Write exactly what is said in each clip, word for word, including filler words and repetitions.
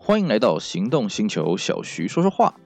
欢迎来到行动星球，小徐说说话。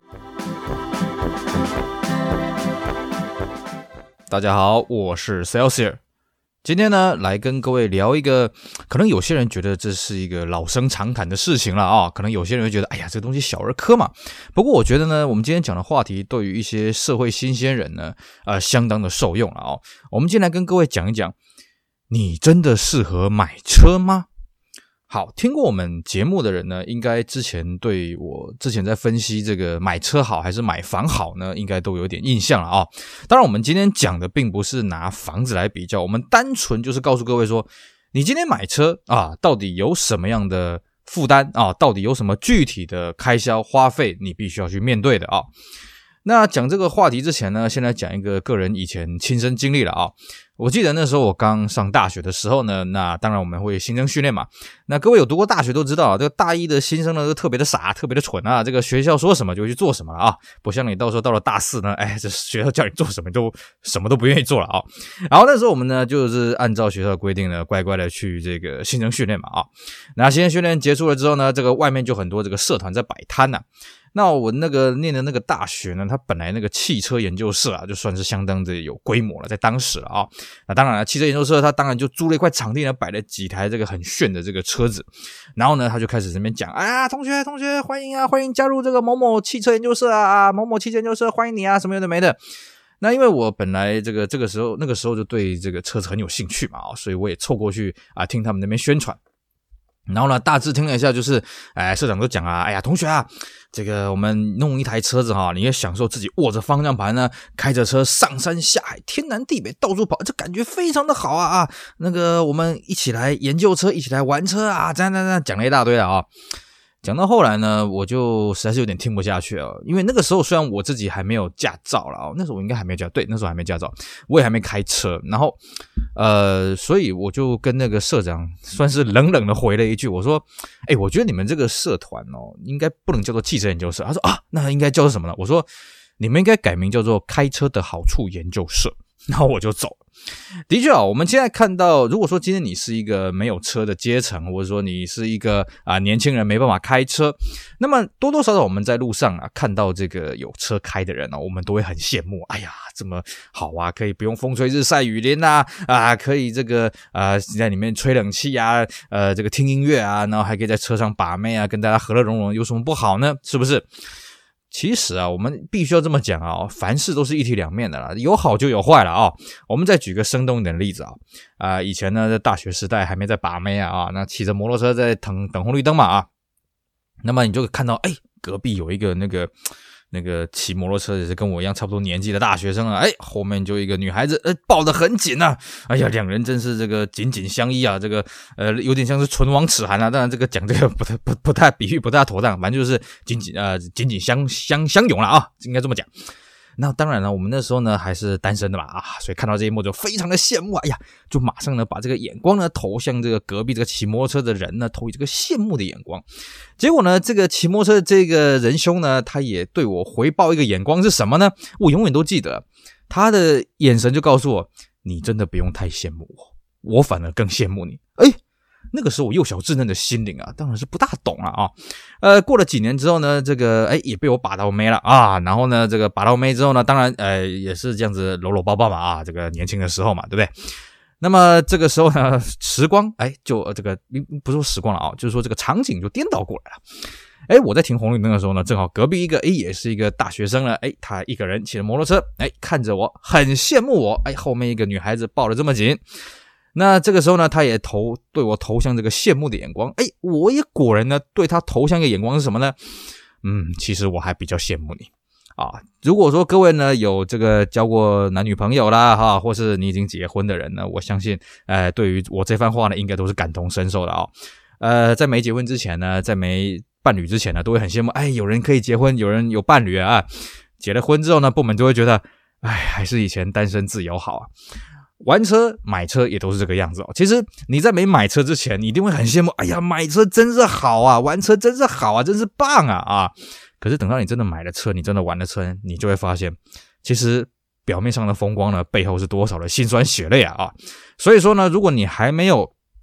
大家好，我是 Celsius。今天呢，来跟各位聊一个，可能有些人觉得这是一个老生常谈的事情了啊，可能有些人会觉得，哎呀，这个东西小儿科嘛。不过我觉得呢，我们今天讲的话题对于一些社会新鲜人呢，呃，相当的受用了啊。我们今天来跟各位讲一讲，你真的适合买车吗？好，听过我们节目的人呢，应该之前对我之前在分析这个买车好还是买房好呢，应该都有点印象了啊。当然我们今天讲的并不是拿房子来比较，我们单纯就是告诉各位说，你今天买车啊，到底有什么样的负担啊，到底有什么具体的开销花费你必须要去面对的啊。那讲这个话题之前呢，先来讲一个个人以前亲身经历了啊。我记得那时候我刚上大学的时候呢，那当然我们会新生训练嘛。那各位有读过大学都知道啊，这个大一的新生呢都特别的傻，特别的蠢啊。这个学校说什么就去做什么了啊，不像你到时候到了大四呢，哎，这学校叫你做什么就什么都不愿意做了啊。然后那时候我们呢就是按照学校的规定呢，乖乖的去这个新生训练嘛啊。那新生训练结束了之后呢，这个外面就很多这个社团在摆摊呐。那我那个念的那个大学呢，它本来那个汽车研究社啊，就算是相当的有规模了，在当时了啊。那当然了，汽车研究社它当然就租了一块场地呢，摆了几台这个很炫的这个车子，然后呢，他就开始这边讲，哎呀，同学同学欢迎啊，欢迎加入这个某某汽车研究社啊，某某汽车研究社欢迎你啊，什么有的没的。那因为我本来这个这个时候那个时候就对这个车子很有兴趣嘛，所以我也凑过去啊听他们那边宣传。然后呢，大致听了一下，就是哎，社长都讲啊，哎呀，同学啊，这个我们弄一台车子哈，你也享受自己握着方向盘呢，开着车上山下海，天南地北到处跑，这感觉非常的好啊啊！那个我们一起来研究车，一起来玩车啊，这样这样这样讲了一大堆了啊。讲到后来呢，我就实在是有点听不下去了，因为那个时候虽然我自己还没有驾照了，那时候我应该还没有驾照，对，那时候还没驾照，我也还没开车，然后呃，所以我就跟那个社长算是冷冷的回了一句，我说，哎，我觉得你们这个社团哦，应该不能叫做汽车研究社。他说啊，那应该叫做什么呢？我说，你们应该改名叫做开车的好处研究社。然后我就走了。的确啊，我们现在看到，如果说今天你是一个没有车的阶层，或者说你是一个啊、呃、年轻人没办法开车，那么多多少少我们在路上啊看到这个有车开的人呢、啊，我们都会很羡慕。哎呀，这么好啊，可以不用风吹日晒雨淋啊，啊，可以这个啊在里面吹冷气啊，呃，这个听音乐啊，然后还可以在车上把妹啊，跟大家和乐融融，有什么不好呢？是不是？其实啊，我们必须要这么讲啊，凡事都是一体两面的啦，有好就有坏了啊。我们再举个生动一点的例子啊，啊、呃，以前呢，在大学时代还没在把妹啊啊，那骑着摩托车在等等红绿灯嘛啊，那么你就看到，哎，隔壁有一个那个那个骑摩托车也是跟我一样差不多年纪的大学生啊，哎，后面就一个女孩子，呃，抱得很紧啊，哎呀，两人真是这个紧紧相依啊，这个呃有点像是唇亡齿寒啊，当然这个讲这个不太不不太比喻不太妥当，反正就是紧紧呃紧紧相相相拥了啊，应该这么讲。那当然了，我们那时候呢还是单身的嘛啊，所以看到这一幕就非常的羡慕啊，哎呀，就马上呢把这个眼光呢投向这个隔壁这个骑摩托车的人呢，投以这个羡慕的眼光。结果呢，这个骑摩托车的这个仁兄呢，他也对我回报一个眼光是什么呢？我永远都记得，他的眼神就告诉我，你真的不用太羡慕我，我反而更羡慕你。哎。那个时候我幼小稚嫩的心灵啊，当然是不大懂了啊。呃，过了几年之后呢，这个哎也被我把到妹了啊。然后呢，这个把到妹之后呢，当然呃也是这样子搂搂抱抱嘛啊，这个年轻的时候嘛，对不对？那么这个时候呢，时光哎就、呃、这个不是说时光了啊，就是说这个场景就颠倒过来了。哎，我在停红绿灯的时候呢，正好隔壁一个哎也是一个大学生了，哎他一个人骑着摩托车，哎看着我很羡慕我，哎后面一个女孩子抱得这么紧。那这个时候呢，他也投对我投向这个羡慕的眼光，诶，我也果然呢对他投向一个眼光是什么呢？嗯，其实我还比较羡慕你啊。如果说各位呢有这个交过男女朋友啦哈，或是你已经结婚的人呢，我相信呃对于我这番话呢应该都是感同身受的啊、哦。呃在没结婚之前呢，在没伴侣之前呢，都会很羡慕，哎有人可以结婚，有人有伴侣啊。结了婚之后呢，部门就会觉得哎还是以前单身自由好啊。玩车买车也都是这个样子哦。其实你在没买车之前，你一定会很羡慕，哎呀买车真是好啊，玩车真是好啊，真是棒啊啊！可是等到你真的买了车，你真的玩了车，你就会发现，其实表面上的风光呢，背后是多少的辛酸血泪啊啊！所以说呢，如果你还没有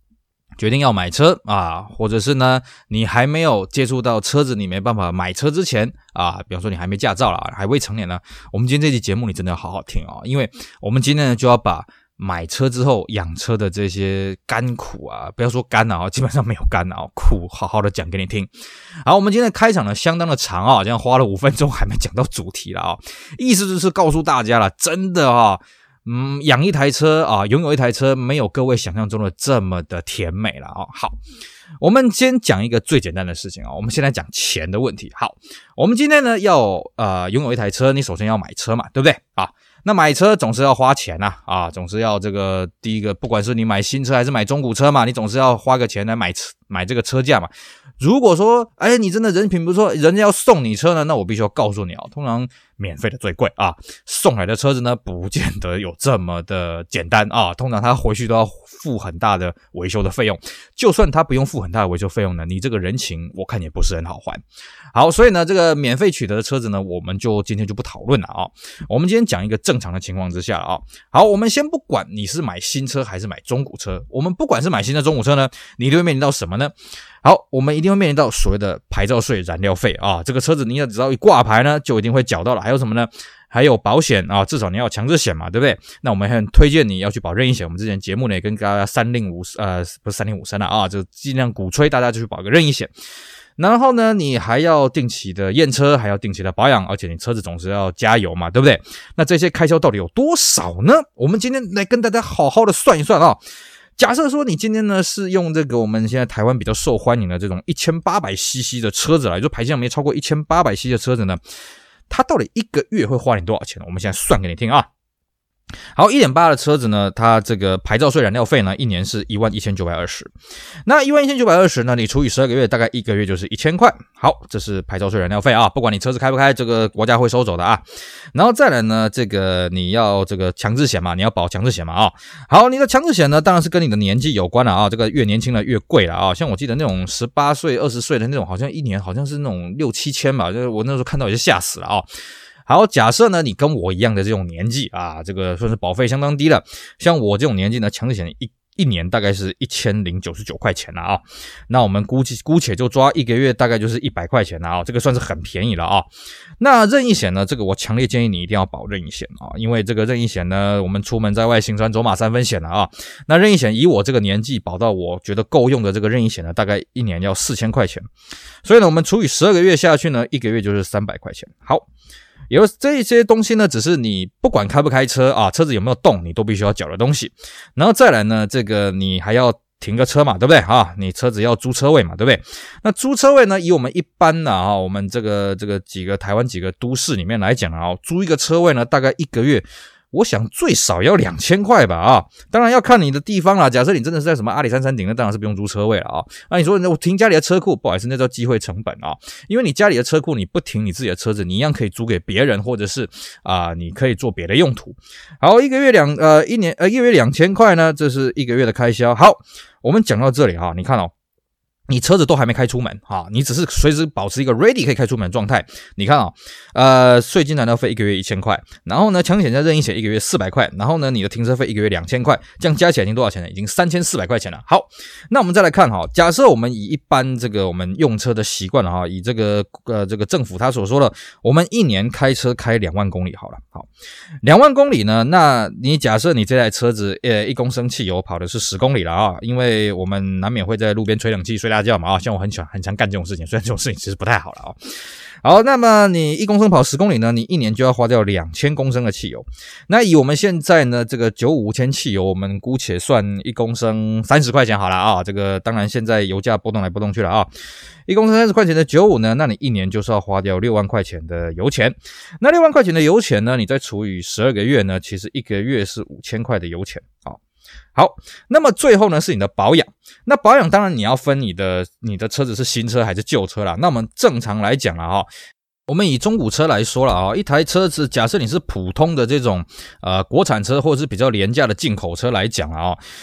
决定要买车啊，或者是呢你还没有接触到车子，你没办法买车之前啊，比方说你还没驾照啦，还未成年呢，我们今天这期节目你真的要好好听啊，因为我们今天呢就要把买车之后养车的这些甘苦啊，不要说甘啊，基本上没有甘啊，苦好好的讲给你听。好，我们今天的开场呢相当的长啊，这样花了五分钟还没讲到主题了啊，意思就是告诉大家了，真的啊。嗯，养一台车啊，拥有一台车没有各位想象中的这么的甜美了啊。好，我们先讲一个最简单的事情啊，我们先来讲钱的问题。好，我们今天呢要呃拥有一台车，你首先要买车嘛，对不对啊？那买车总是要花钱呐 啊, 啊，总是要这个第一个，不管是你买新车还是买中古车嘛，你总是要花个钱来买车买这个车价嘛。如果说哎你真的人品不错，人家要送你车呢，那我必须要告诉你啊，通常免费的最贵啊，送来的车子呢不见得有这么的简单啊，通常他回去都要付很大的维修的费用，就算他不用付很大的维修费用呢，你这个人情我看也不是很好还。好，所以呢这个免费取得的车子呢，我们就今天就不讨论了啊，我们今天讲一个正常的情况之下啊。好，我们先不管你是买新车还是买中古车，我们不管是买新的中古车呢，你都会面临到什么呢？好，我们一定会面临到所谓的牌照税、燃料费啊，这个车子你只要一挂牌呢，就一定会缴到了。还有什么呢？还有保险啊，至少你要有强制险嘛，对不对？那我们很推荐你要去保任意险，我们之前节目呢也跟大家三令五呃不是三令五申了啊，就尽量鼓吹大家就去保个任意险。然后呢，你还要定期的验车，还要定期的保养，而且你车子总是要加油嘛，对不对？那这些开销到底有多少呢？我们今天来跟大家好好的算一算啊。假设说你今天呢是用这个我们现在台湾比较受欢迎的这种 一千八百ซี西 的车子来，就排气量没超过 一千八百ซี西 的车子呢，它到底一个月会花你多少钱呢？我们现在算给你听啊。好 一点八 的车子呢，它这个牌照税燃料费呢一年是一万一千九百二十，那一万一千九百二十呢你除以十二个月，大概一个月就是一千块。好，这是牌照税燃料费啊，不管你车子开不开，这个国家会收走的啊。然后再来呢，这个你要这个强制险嘛，你要保强制险嘛啊。好，你的强制险呢当然是跟你的年纪有关了啊，这个越年轻的越贵了啊。像我记得那种十八岁二十岁的那种，好像一年好像是那种六七千吧，就是我那时候看到也是吓死了啊。好，假设呢你跟我一样的这种年纪啊，这个算是保费相当低了，像我这种年纪呢，强制险一一年大概是一千零九十九块钱了啊，那我们估计姑且就抓一个月大概就是一百块钱了啊，这个算是很便宜了啊。那任意险呢，这个我强烈建议你一定要保任意险啊，因为这个任意险呢，我们出门在外行船走马三分险了啊。那任意险以我这个年纪保到我觉得够用的这个任意险呢，大概一年要四千块钱，所以呢我们除以十二个月下去呢，一个月就是三百块钱。好。有这些东西呢，只是你不管开不开车啊，车子有没有动，你都必须要缴的东西。然后再来呢，这个你还要停个车嘛，对不对啊？你车子要租车位嘛，对不对？那租车位呢，以我们一般呢啊，我们这个这个几个台湾几个都市里面来讲啊，租一个车位呢，大概一个月。我想最少要两千块吧啊，当然要看你的地方啦。假设你真的是在什么阿里山山顶，那当然是不用租车位了啊。那你说我停家里的车库，不好意思，那叫机会成本啊。因为你家里的车库你不停你自己的车子，你一样可以租给别人，或者是啊、呃，你可以做别的用途。好，一个月两呃一年呃一个月两千块呢，这是一个月的开销。好，我们讲到这里啊，你看哦。你车子都还没开出门哈，你只是随时保持一个 ready 可以开出门的状态。你看啊、哦，呃，税金燃料费一个月一千块，然后呢，强制险加任意险一个月四百块，然后呢，你的停车费一个月两千块，这样加起来已经多少钱呢？已经三千四百块钱了。好，那我们再来看哈，假设我们以一般这个我们用车的习惯了哈，以这个呃这个政府他所说的，我们一年开车开两万公里好了。好，两万公里呢，那你假设你这台车子呃一公升汽油跑的是十公里了啊，因为我们难免会在路边吹冷气睡大觉嘛啊，像我很喜欢很常干这种事情，虽然这种事情其实不太好了啊。好，那么你一公升跑十公里呢，你一年就要花掉两千公升的汽油。那以我们现在呢这个九五千汽油，我们姑且算一公升三十块钱好了啊。这个当然现在油价波动来波动去了啊。一公升三十块钱的九五呢，那你一年就是要花掉六万块钱的油钱。那六万块钱的油钱呢，你再除以十二个月呢，其实一个月是五千块的油钱啊。好，那么最后呢是你的保养。那保养当然你要分你的你的车子是新车还是旧车啦。那我们正常来讲啦哈，我们以中古车来说了啊，一台车子假设你是普通的这种呃国产车或者是比较廉价的进口车来讲啊，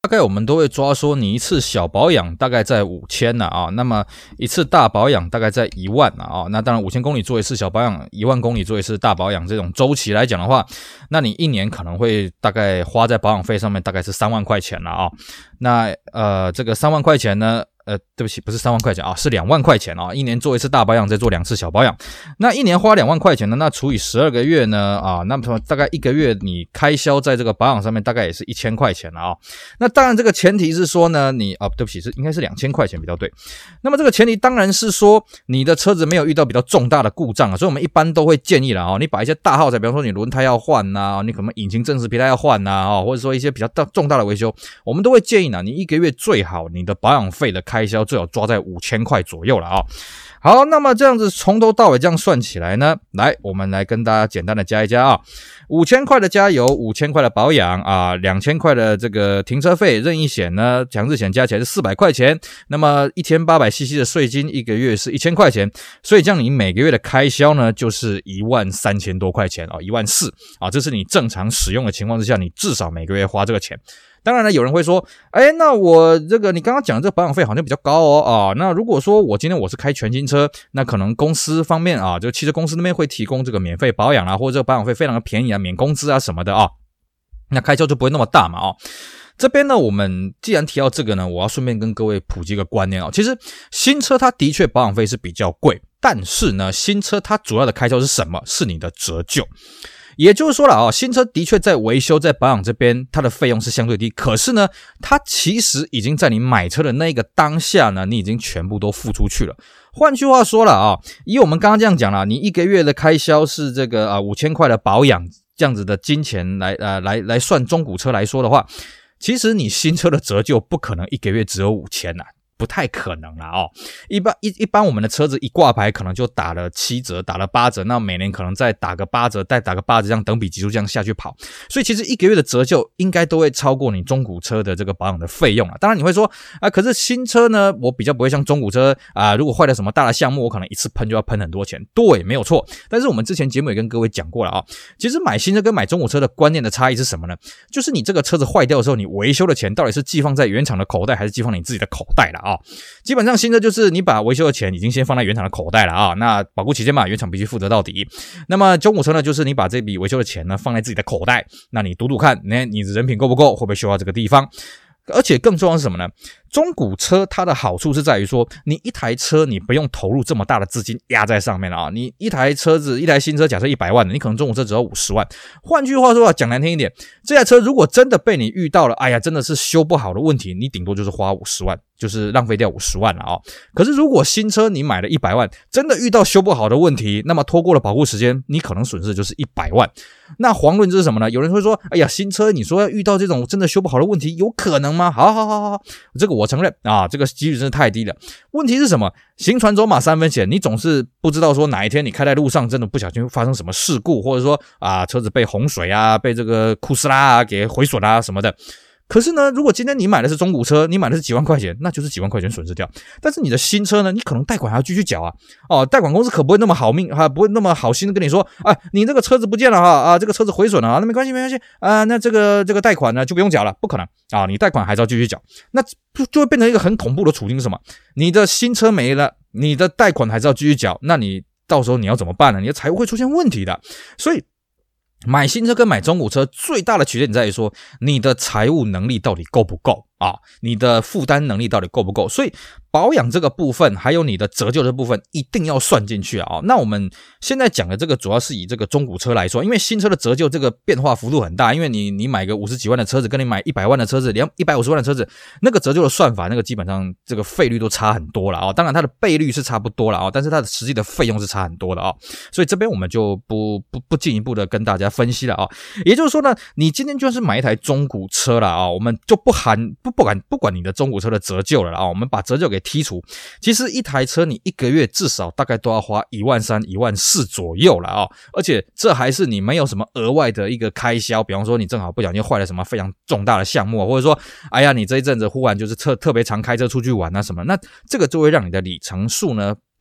大概我们都会抓说，你一次小保养大概在五千呐啊，那么一次大保养大概在一万呐啊，那当然五千公里做一次小保养，一万公里做一次大保养，这种周期来讲的话，那你一年可能会大概花在保养费上面大概是三万块钱了啊。那呃这个三万块钱呢？呃，对不起，不是三万块钱啊，是两万块钱啊！一年做一次大保养，再做两次小保养，那一年花两万块钱呢？那除以十二个月呢？啊，那么大概一个月你开销在这个保养上面大概也是一千块钱了啊。那当然，这个前提是说呢，你啊，对不起，是应该是两千块钱比较对。那么这个前提当然是说你的车子没有遇到比较重大的故障啊，所以我们一般都会建议了啊，你把一些大耗材，比方说你轮胎要换呐、啊，你可能引擎正时皮带要换呐啊，或者说一些比较大重大的维修，我们都会建议呢，你一个月最好你的保养费的开销最好抓在在五千块左右了啊、哦。好，那么这样子从头到尾这样算起来呢，来我们来跟大家简单的加一加啊，五千块的加油，五千块的保养啊，两千块的这个停车费，任意险呢，强制险加起来是四百块钱，那么一千八百 C C 的税金，一个月是一千块钱，所以这样你每个月的开销呢就是一万三千多块钱啊，一万四啊，这是你正常使用的情况之下，你至少每个月花这个钱。当然了，有人会说，哎，那我这个你刚刚讲的这个保养费好像比较高哦啊。那如果说我今天我是开全新车，那可能公司方面啊，就汽车公司那边会提供这个免费保养啊，或者这个保养费非常的便宜啊，免工资啊什么的啊，那开销就不会那么大嘛啊。这边呢，我们既然提到这个呢，我要顺便跟各位普及一个观念啊。其实新车它的确保养费是比较贵，但是呢，新车它主要的开销是什么？是你的折旧。也就是说了啊，新车的确在维修在保养这边它的费用是相对低，可是呢它其实已经在你买车的那个当下呢，你已经全部都付出去了。换句话说了啊，以我们刚刚这样讲了，你一个月的开销是这个啊五千块的保养这样子的金钱来呃来来算中古车来说的话，其实你新车的折旧不可能一个月只有五千呐。不太可能啦哦，一般一一般我们的车子一挂牌可能就打了七折，打了八折，那每年可能再打个八折，再打个八折，这样等比级数这样下去跑，所以其实一个月的折旧应该都会超过你中古车的这个保养的费用啊。当然你会说啊，可是新车呢，我比较不会像中古车啊，如果坏了什么大的项目，我可能一次喷就要喷很多钱，对，没有错。但是我们之前节目也跟各位讲过了啊，其实买新车跟买中古车的观念的差异是什么呢？就是你这个车子坏掉的时候，你维修的钱到底是寄放在原厂的口袋，还是寄放你自己的口袋了啊？基本上新车就是你把维修的钱已经先放在原厂的口袋了啊，那保固期间嘛，原厂必须负责到底。那么中古车呢，就是你把这笔维修的钱呢放在自己的口袋，那你赌赌看，你你人品够不够，会不会修到这个地方？而且更重要的是什么呢？中古车它的好处是在于说，你一台车你不用投入这么大的资金压在上面了啊。你一台车子，一台新车假设一百万的，你可能中古车只要五十万。换句话说啊，讲难听一点，这台车如果真的被你遇到了，哎呀，真的是修不好的问题，你顶多就是花五十万，就是浪费掉五十万了啊。可是如果新车你买了一百万，真的遇到修不好的问题，那么拖过了保护时间，你可能损失的就是一百万。那遑论这是什么呢？有人会说，哎呀，新车你说要遇到这种真的修不好的问题，有可能吗？好好好好，这个我承认啊，这个几率真的太低了。问题是什么？行船走马三分险，你总是不知道说哪一天你开在路上真的不小心发生什么事故，或者说啊车子被洪水啊，被这个库斯拉啊给毁损啊什么的。可是呢，如果今天你买的是中古车，你买的是几万块钱，那就是几万块钱损失掉。但是你的新车呢，你可能贷款还要继续缴啊。哦，贷款公司可不会那么好命，还不会那么好心的跟你说，哎，你这个车子不见了哈啊，这个车子毁损了啊，那没关系没关系啊，那这个这个贷款呢就不用缴了，不可能啊，你贷款还是要继续缴，那就会变成一个很恐怖的处境是什么？你的新车没了，你的贷款还是要继续缴，那你到时候你要怎么办呢？你的财务会出现问题的，所以。买新车跟买中古车最大的区别在于说，你的财务能力到底够不够啊？你的负担能力到底够不够？所以保养这个部分，还有你的折旧这部分，一定要算进去啊！那我们现在讲的这个，主要是以这个中古车来说，因为新车的折旧这个变化幅度很大，因为你你买个五十几万的车子，跟你买一百万的车子，两一百五十万的车子，那个折旧的算法，那个基本上这个费率都差很多了啊！当然它的倍率是差不多了啊，但是它的实际的费用是差很多的啊！所以这边我们就不不不进一步的跟大家分析了啊。也就是说呢，你今天就算是买一台中古车了啊，我们就不含不不管不管你的中古车的折旧了啊，我们把折旧给剔除。其实一台车你一个月至少大概都要花一万三、一万四左右了啊，而且这还是你没有什么额外的一个开销，比方说你正好不小心坏了什么非常重大的项目，或者说哎呀你这一阵子忽然就是特特别常开车出去玩啊什么，那这个就会让你的里程数呢。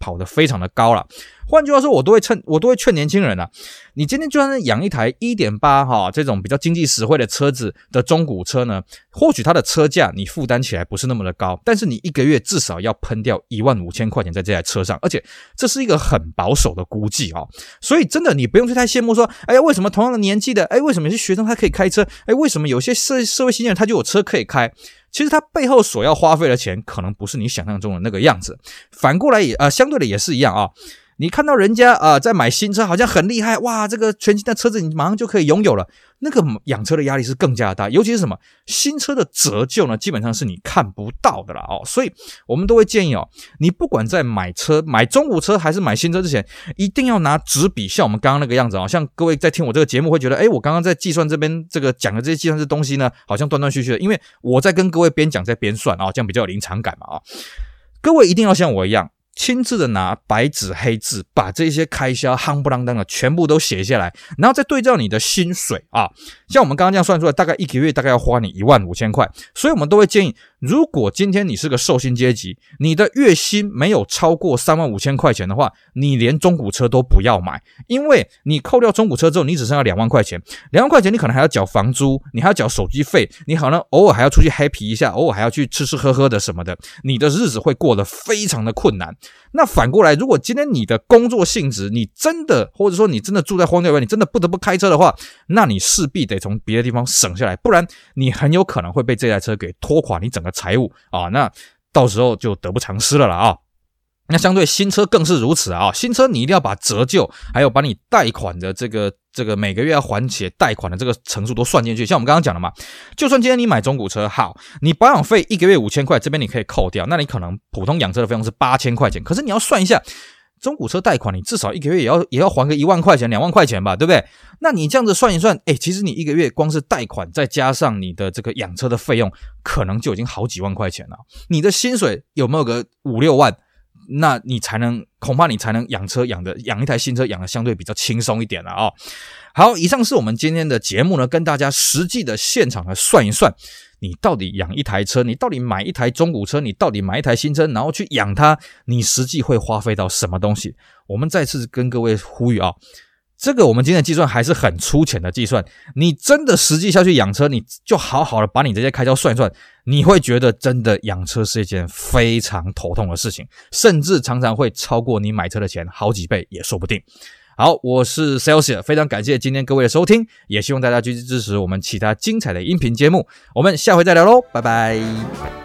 跑得非常的高了。换句话说，我都会趁我都会劝年轻人啊，你今天就算是养一台 一点八 哈这种比较经济实惠的车子的中古车呢，或许它的车价你负担起来不是那么的高，但是你一个月至少要喷掉一万五千块钱在这台车上，而且这是一个很保守的估计哦。所以真的你不用去太羡慕说，哎呀为什么同样的年纪的，哎为什么有些学生他可以开车，哎为什么有些社社会新人他就有车可以开。其实它背后所要花费的钱可能不是你想象中的那个样子。反过来也呃相对的也是一样啊。你看到人家啊、呃、在买新车好像很厉害，哇这个全新的车子你马上就可以拥有了，那个养车的压力是更加大，尤其是什么新车的折旧呢，基本上是你看不到的啦哦。所以我们都会建议哦，你不管在买车买中古车还是买新车之前，一定要拿纸笔，像我们刚刚那个样子哦。像各位在听我这个节目会觉得，诶我刚刚在计算这边这个讲的这些计算这东西呢好像断断续续的，因为我在跟各位边讲在边算啊、哦，这样比较有临场感嘛啊、哦。各位一定要像我一样亲自的拿白纸黑字把这些开销夯不啷当的全部都写下来，然后再对照你的薪水啊，像我们刚刚这样算出来，大概一个月大概要花你一万五千块，所以我们都会建议，如果今天你是个受薪阶级，你的月薪没有超过三万五千块钱的话，你连中古车都不要买，因为你扣掉中古车之后，你只剩下两万块钱，两万块钱你可能还要缴房租，你还要缴手机费，你可能偶尔还要出去 happy 一下，偶尔还要去吃吃喝喝的什么的，你的日子会过得非常的困难。那反过来，如果今天你的工作性质，你真的或者说你真的住在荒郊野外，你真的不得不开车的话，那你势必得从别的地方省下来，不然你很有可能会被这台车给拖垮你整个财务啊，那到时候就得不偿失了啦啊。那相对新车更是如此啊，新车你一定要把折旧还有把你贷款的这个这个每个月要还起贷款的这个层数都算进去。像我们刚刚讲的嘛，就算今天你买中古车，好，你保养费一个月五千块，这边你可以扣掉，那你可能普通养车的费用是八千块钱，可是你要算一下中古车贷款，你至少一个月也要也要还个一万块钱两万块钱吧，对不对？那你这样子算一算，诶其实你一个月光是贷款再加上你的这个养车的费用，可能就已经好几万块钱了。你的薪水有没有个五六万，那你才能恐怕你才能养车养的养一台新车养的相对比较轻松一点了哦。好，以上是我们今天的节目呢，跟大家实际的现场来算一算，你到底养一台车，你到底买一台中古车，你到底买一台新车，然后去养它，你实际会花费到什么东西？我们再次跟各位呼吁啊、哦，这个我们今天的计算还是很粗浅的计算，你真的实际下去养车，你就好好的把你这些开销算一算，你会觉得真的养车是一件非常头痛的事情，甚至常常会超过你买车的钱好几倍也说不定。好，我是 Celsius， 非常感谢今天各位的收听，也希望大家继续支持我们其他精彩的音频节目，我们下回再聊咯，拜拜。